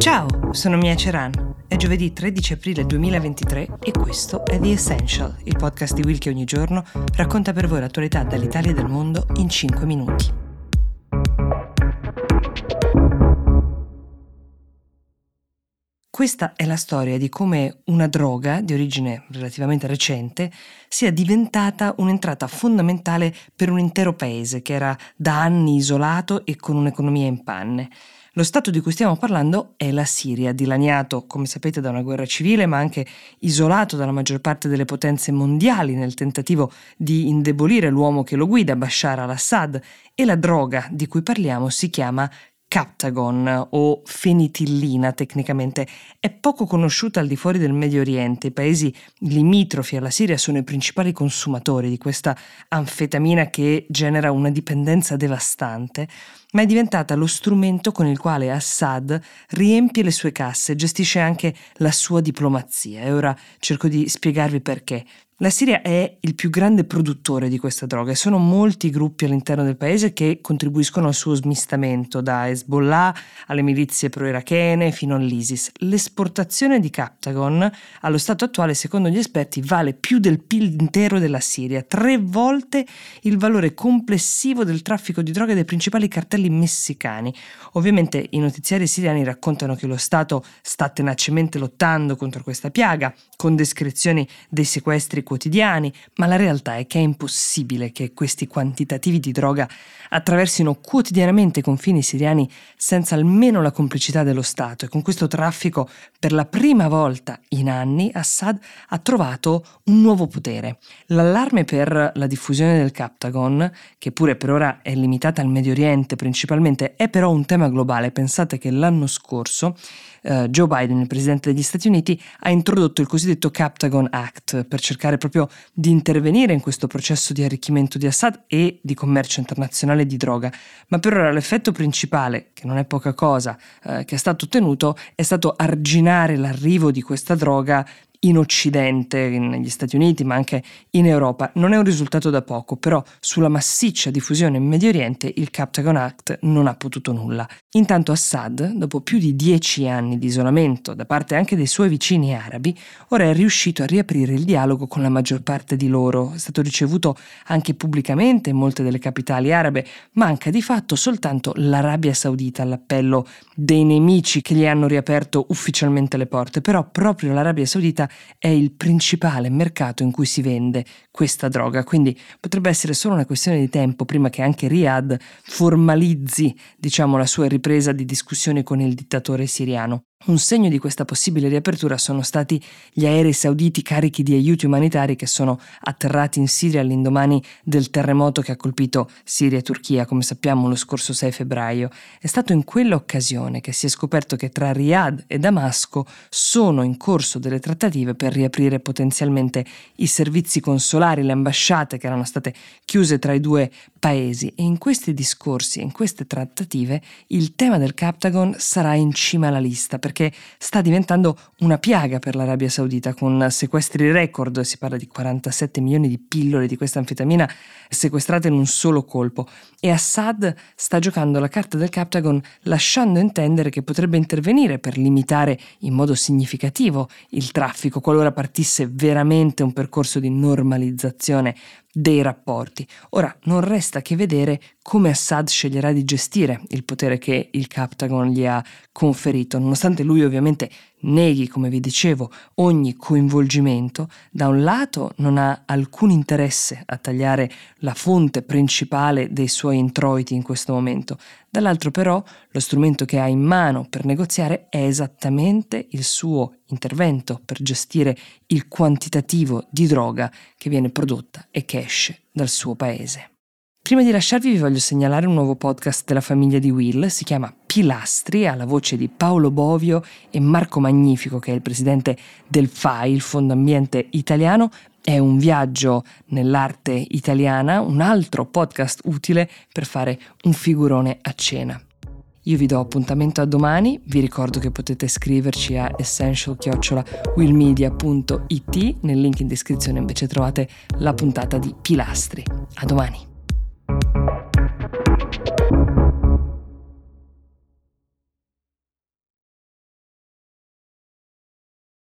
Ciao, sono Mia Ceran. È giovedì 13 aprile 2023 e questo è The Essential, il podcast di Will che ogni giorno racconta per voi l'attualità dall'Italia e dal mondo in 5 minuti. Questa è la storia di come una droga di origine relativamente recente sia diventata un'entrata fondamentale per un intero paese che era da anni isolato e con un'economia in panne. Lo stato di cui stiamo parlando è la Siria, dilaniato, come sapete, da una guerra civile, ma anche isolato dalla maggior parte delle potenze mondiali nel tentativo di indebolire l'uomo che lo guida, Bashar al-Assad, e la droga di cui parliamo si chiama Captagon o fenitillina tecnicamente. È poco conosciuta al di fuori del Medio Oriente. I paesi limitrofi alla Siria sono i principali consumatori di questa anfetamina che genera una dipendenza devastante, ma è diventata lo strumento con il quale Assad riempie le sue casse e gestisce anche la sua diplomazia. E ora cerco di spiegarvi perché. La Siria è il più grande produttore di questa droga e sono molti gruppi all'interno del paese che contribuiscono al suo smistamento, da Hezbollah alle milizie pro-irachene fino all'ISIS. L'esportazione di Captagon allo stato attuale, secondo gli esperti, vale più del PIL intero della Siria, 3 volte il valore complessivo del traffico di droga dei principali cartelli messicani. Ovviamente i notiziari siriani raccontano che lo Stato sta tenacemente lottando contro questa piaga, con descrizioni dei sequestri quotidiani, ma la realtà è che è impossibile che questi quantitativi di droga attraversino quotidianamente i confini siriani senza almeno la complicità dello Stato, e con questo traffico per la prima volta in anni Assad ha trovato un nuovo potere. L'allarme per la diffusione del Captagon, che pure per ora è limitata al Medio Oriente principalmente, è però un tema globale. Pensate che l'anno scorso Joe Biden, il presidente degli Stati Uniti, ha introdotto il cosiddetto Captagon Act per cercare proprio di intervenire in questo processo di arricchimento di Assad e di commercio internazionale di droga. Ma per ora l'effetto principale, che non è poca cosa, che è stato ottenuto è stato arginare l'arrivo di questa droga in Occidente, negli Stati Uniti, ma anche in Europa. Non è un risultato da poco, però sulla massiccia diffusione in Medio Oriente il Captagon Act non ha potuto nulla. Intanto Assad, dopo più di 10 anni di isolamento da parte anche dei suoi vicini arabi, ora è riuscito a riaprire il dialogo con la maggior parte di loro. È stato ricevuto anche pubblicamente in molte delle capitali arabe. Manca di fatto soltanto l'Arabia Saudita all'appello dei nemici che gli hanno riaperto ufficialmente le porte, però proprio l'Arabia Saudita è il principale mercato in cui si vende questa droga, quindi potrebbe essere solo una questione di tempo prima che anche Riyadh formalizzi, la sua ripresa di discussioni con il dittatore siriano. Un segno di questa possibile riapertura sono stati gli aerei sauditi carichi di aiuti umanitari che sono atterrati in Siria all'indomani del terremoto che ha colpito Siria e Turchia, come sappiamo, lo scorso 6 febbraio. È stato in quell'occasione che si è scoperto che tra Riyadh e Damasco sono in corso delle trattative per riaprire potenzialmente i servizi consolari, le ambasciate che erano state chiuse tra i due paesi, e in questi discorsi, in queste trattative, il tema del Captagon sarà in cima alla lista, perché sta diventando una piaga per l'Arabia Saudita, con sequestri record. Si parla di 47 milioni di pillole di questa anfetamina sequestrate in un solo colpo, e Assad sta giocando la carta del Captagon lasciando intendere che potrebbe intervenire per limitare in modo significativo il traffico qualora partisse veramente un percorso di normalizzazione dei rapporti. Ora non resta che vedere come Assad sceglierà di gestire il potere che il Captagon gli ha conferito. Nonostante lui ovviamente neghi, come vi dicevo, ogni coinvolgimento, da un lato non ha alcun interesse a tagliare la fonte principale dei suoi introiti in questo momento, dall'altro però lo strumento che ha in mano per negoziare è esattamente il suo intervento per gestire il quantitativo di droga che viene prodotta e che esce dal suo paese. Prima di lasciarvi vi voglio segnalare un nuovo podcast della famiglia di Will, si chiama Pilastri, ha la voce di Paolo Bovio e Marco Magnifico, che è il presidente del FAI, il Fondo Ambiente Italiano. È un viaggio nell'arte italiana, un altro podcast utile per fare un figurone a cena. Io vi do appuntamento a domani, vi ricordo che potete scriverci a essential@willmedia.it, nel link in descrizione invece trovate la puntata di Pilastri. A domani!